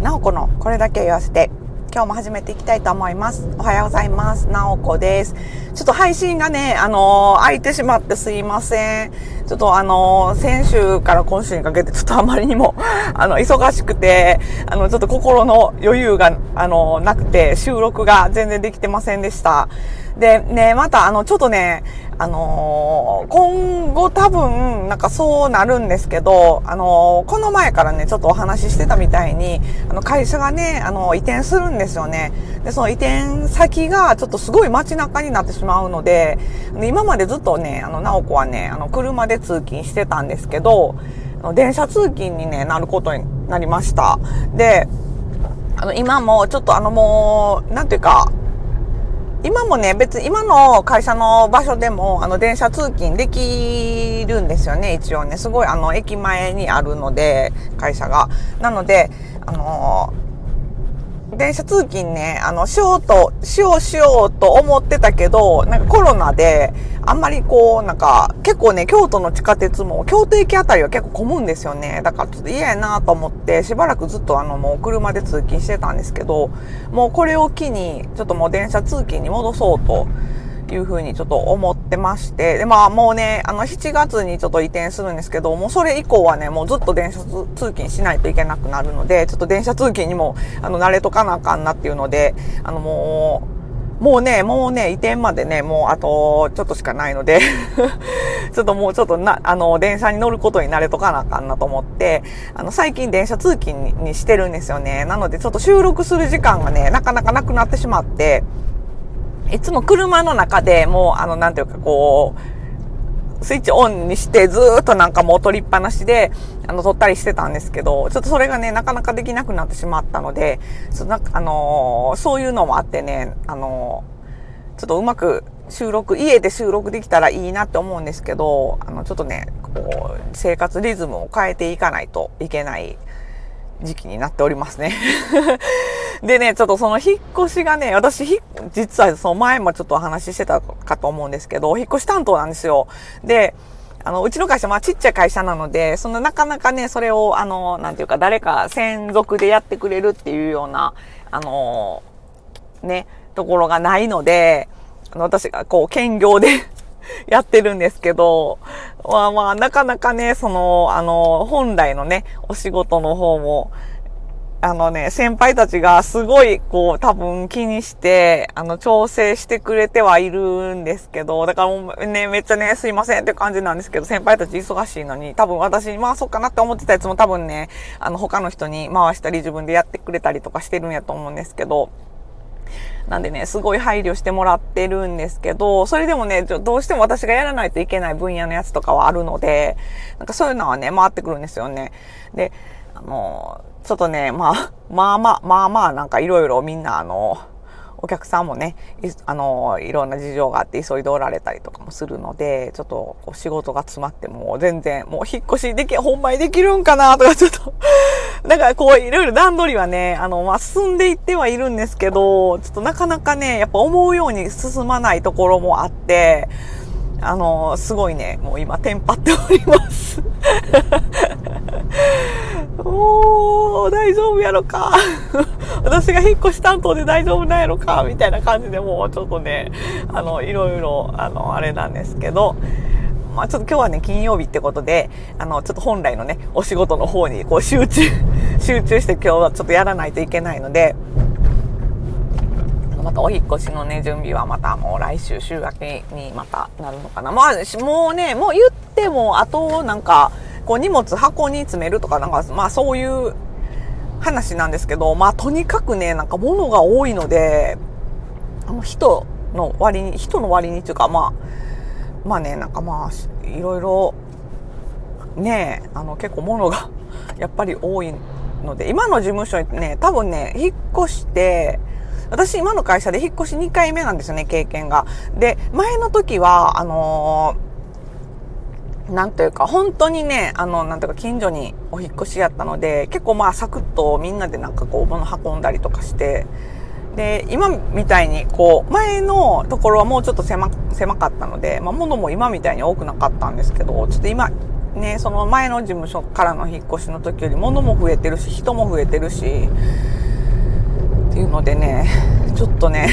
なおこのこれだけ言わせて、今日も始めていきたいと思います。おはようございます。なおこです。ちょっと配信がね、空いてしまってすいません。ちょっと先週から今週にかけてちょっとあまりにも、忙しくて、ちょっと心の余裕が、なくて、収録が全然できてませんでした。で、ね、また、ちょっとね、今後多分、なんかそうなるんですけど、この前からね、ちょっとお話ししてたみたいに、会社がね、移転するんですよね。で、その移転先がちょっとすごい街中になってしまうので、今までずっとね、なおこはね、車で通勤してたんですけど、電車通勤に、ね、なることになりました。で、今もちょっともう、なんていうか、今もね、別に今の会社の場所でも、電車通勤できるんですよね、一応ね。すごい、駅前にあるので、会社が。なので、電車通勤ね、しようと思ってたけど、なんかコロナで、あんまりこう、なんか、結構ね、京都の地下鉄も、京都駅あたりは結構混むんですよね。だからちょっと嫌やなと思って、しばらくずっともう車で通勤してたんですけど、もうこれを機に、ちょっともう電車通勤に戻そうというふうにちょっと思ってまして、で、まあもうね、7月にちょっと移転するんですけど、もうそれ以降はね、もうずっと電車通勤しないといけなくなるので、ちょっと電車通勤にも、慣れとかなあかんなっていうので、もうね、移転までね、もうあとちょっとしかないので、ちょっともうちょっと電車に乗ることに慣れとかなあかんなと思って、最近電車通勤にしてるんですよね。なのでちょっと収録する時間がね、なかなかなくなってしまって、いつも車の中でもう、なんていうかこう、スイッチオンにしてずーっとなんかもう取りっぱなしで、撮ったりしてたんですけど、ちょっとそれがね、なかなかできなくなってしまったので、そういうのもあってね、ちょっとうまく家で収録できたらいいなって思うんですけど、ちょっとね、こう、生活リズムを変えていかないといけない時期になっておりますね。でね、ちょっとその引っ越しがね、実はその前もちょっとお話ししてたかと思うんですけど、引っ越し担当なんですよ。で、うちの会社、まあちっちゃい会社なので、なかなかね、それを、なんていうか、誰か専属でやってくれるっていうような、ね、ところがないので、私がこう、兼業でやってるんですけど、まあ、なかなかね、本来のね、お仕事の方も、先輩たちがすごい、こう、多分気にして、調整してくれてはいるんですけど、だからもうね、めっちゃね、すいませんって感じなんですけど、先輩たち忙しいのに、多分私に回そうかなって思ってたやつも多分ね、他の人に回したり自分でやってくれたりとかしてるんやと思うんですけど、なんでね、すごい配慮してもらってるんですけど、それでもね、どうしても私がやらないといけない分野のやつとかはあるので、なんかそういうのはね、回ってくるんですよね。で、ちょっとね、まあ、なんかいろいろみんなお客さんもね、いろんな事情があって急いでおられたりとかもするので、ちょっとこう仕事が詰まっても全然、もう引っ越しほんまにできるんかなとかちょっと、だからこういろいろ段取りはね、まあ、進んでいってはいるんですけど、ちょっとなかなかね、やっぱ思うように進まないところもあって、すごいね、もう今テンパっております。おー、大丈夫やろか。私が引っ越し担当で大丈夫なんやろかみたいな感じでもうちょっとね、いろいろ、あれなんですけど、まあちょっと今日はね、金曜日ってことで、ちょっと本来のね、お仕事の方にこう集中して今日はちょっとやらないといけないので、またお引っ越しのね、準備はまたもう来週週明けにまたなるのかな。まあ、もうね、もう言っても、あとなんか、こう荷物箱に詰めるとかなんか、まあそういう話なんですけど、まあとにかくね、なんか物が多いので、人の割にっていうか、まあね、なんかまあ、いろいろ、ね、結構物がやっぱり多いので、今の事務所にね、多分ね、引っ越して、私今の会社で引っ越し2回目なんですよね、経験が。で、前の時は、なんというか、本当にね、なんていうか、近所にお引っ越しやったので、結構まあ、サクッとみんなでなんかこう、物運んだりとかして、で、今みたいに、こう、前のところはもうちょっと狭かったので、まあ、物も今みたいに多くなかったんですけど、ちょっと今、 ね、その前の事務所からの引っ越しの時より物も増えてるし、人も増えてるし、っていうのでね、ちょっとね、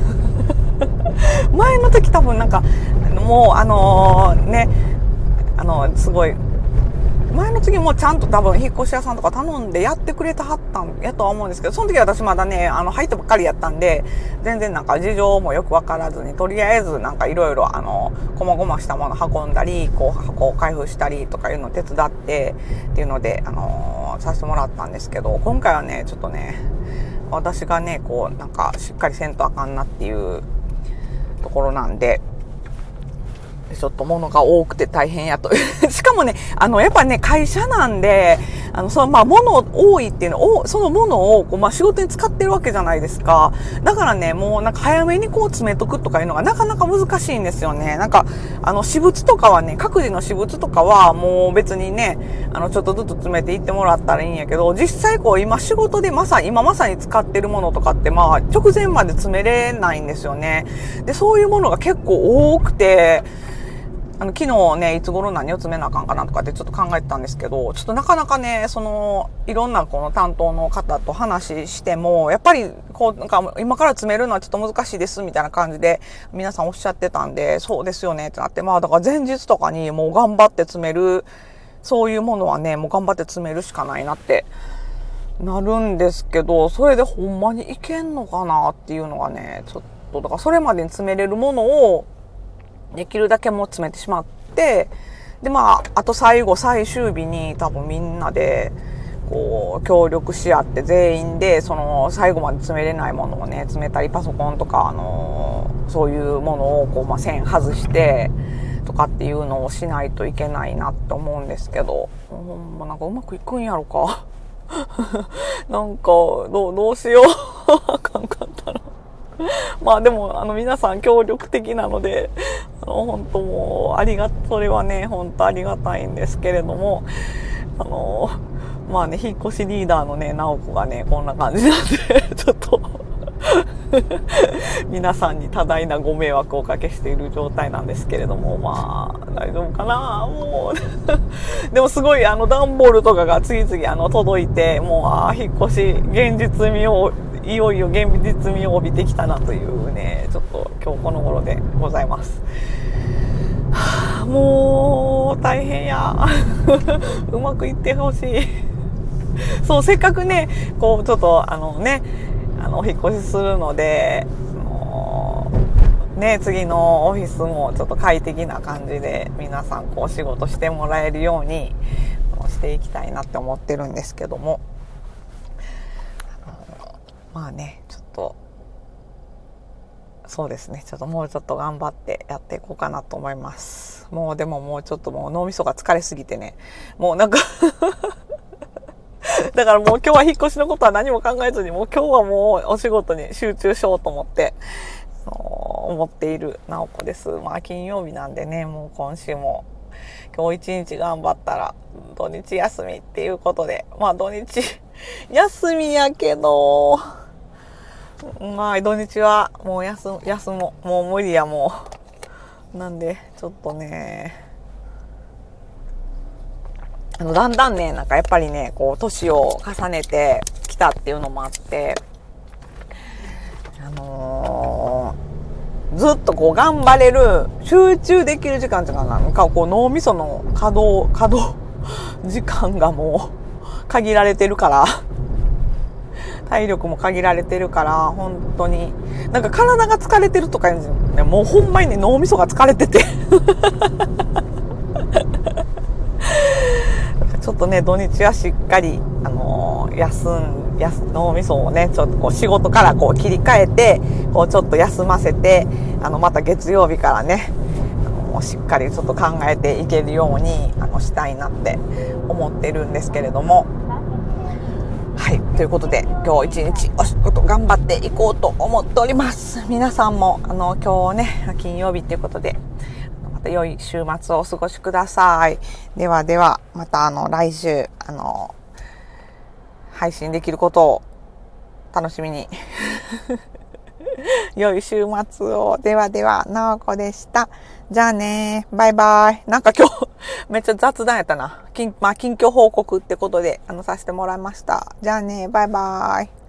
前の時多分なんか、もうね、すごい、前の次もちゃんと多分引っ越し屋さんとか頼んでやってくれたはったんやとは思うんですけど、その時は私まだね、入ったばっかりやったんで、全然なんか事情もよくわからずに、とりあえずなんかいろいろこまごましたもの運んだり、こう箱を開封したりとかいうのを手伝ってっていうので、させてもらったんですけど、今回はね、ちょっとね、私がね、こうなんかしっかりせんとあかんなっていうところなんで、ちょっと物が多くて大変やと。しかもね、やっぱね、会社なんで、物多いっていうのを、その物を、仕事に使ってるわけじゃないですか。だからね、もうなんか早めにこう詰めとくとかいうのがなかなか難しいんですよね。なんか、私物とかはね、各自の私物とかはもう別にね、ちょっとずつ詰めていってもらったらいいんやけど、実際こう今仕事で今まさに使ってるものとかって直前まで詰めれないんですよね。で、そういうものが結構多くて、昨日ね、いつ頃何を詰めなあかんかなとかってちょっと考えてたんですけど、ちょっとなかなかね、いろんなこの担当の方と話しても、やっぱりなんか今から詰めるのはちょっと難しいですみたいな感じで皆さんおっしゃってたんで、そうですよねってなって、だから前日とかにもう頑張って詰める、そういうものはね、もう頑張って詰めるしかないなってなるんですけど、それでほんまにいけんのかなっていうのがね、ちょっと、だからそれまでに詰めれるものを、できるだけもう詰めてしまって、で、あと最終日に多分みんなで、こう、協力し合って全員で、最後まで詰めれないものをね、詰めたり、パソコンとか、そういうものを、線外して、とかっていうのをしないといけないなって思うんですけど、ほんまなんかうまくいくんやろか。なんか、どうしよう。あかんかったら。でも、皆さん協力的なので、本当もう、それはね、本当ありがたいんですけれども、引っ越しリーダーのね、直子がね、こんな感じなんで、ちょっと、皆さんに多大なご迷惑をおかけしている状態なんですけれども、大丈夫かなもう。でもすごい、段ボールとかが次々、届いて、もう、引っ越し、いよいよ現実味を帯びてきたなというね、ちょっと今日この頃でございます。もう、大変や。うまくいってほしい。そう、せっかくね、こう、ちょっと、お引っ越しするので、ね、次のオフィスもちょっと快適な感じで皆さんこう仕事してもらえるようにしていきたいなって思ってるんですけども、ちょっとそうですね、ちょっともうちょっと頑張ってやっていこうかなと思います。でももうちょっと脳みそが疲れすぎてね、もうなんかだからもう今日は引っ越しのことは何も考えずに、もう今日はもうお仕事に集中しようと思って思っている直子です。金曜日なんでね、もう今週も今日一日頑張ったら土日休みっていうことで、土日休みやけど、土日はもう休もう。もう無理や、もう。なんで、ちょっとね、だんだんね、なんかやっぱりね、こう、年を重ねてきたっていうのもあって、ずっとこう頑張れる、集中できる時間っていうかなんかこう脳みその稼働時間がもう限られてるから、体力も限られてるから、本当に、なんか体が疲れてるとか言うんですよね。もうほんまにね、脳みそが疲れてて。ちょっとね、土日はしっかり、脳みそをね、ちょっとこう仕事からこう切り替えて、こうちょっと休ませて、また月曜日からね、しっかりちょっと考えていけるように、したいなって思ってるんですけれども。はい。ということで、今日一日お仕事頑張っていこうと思っております。皆さんも、今日ね、金曜日ということで、また良い週末をお過ごしください。ではでは、また来週、配信できることを楽しみに良い週末を。ではでは、なおこでした。じゃあね、バイバイ。なんか今日、めっちゃ雑談やったな。近況報告ってことで、させてもらいました。じゃあね、バイバイ。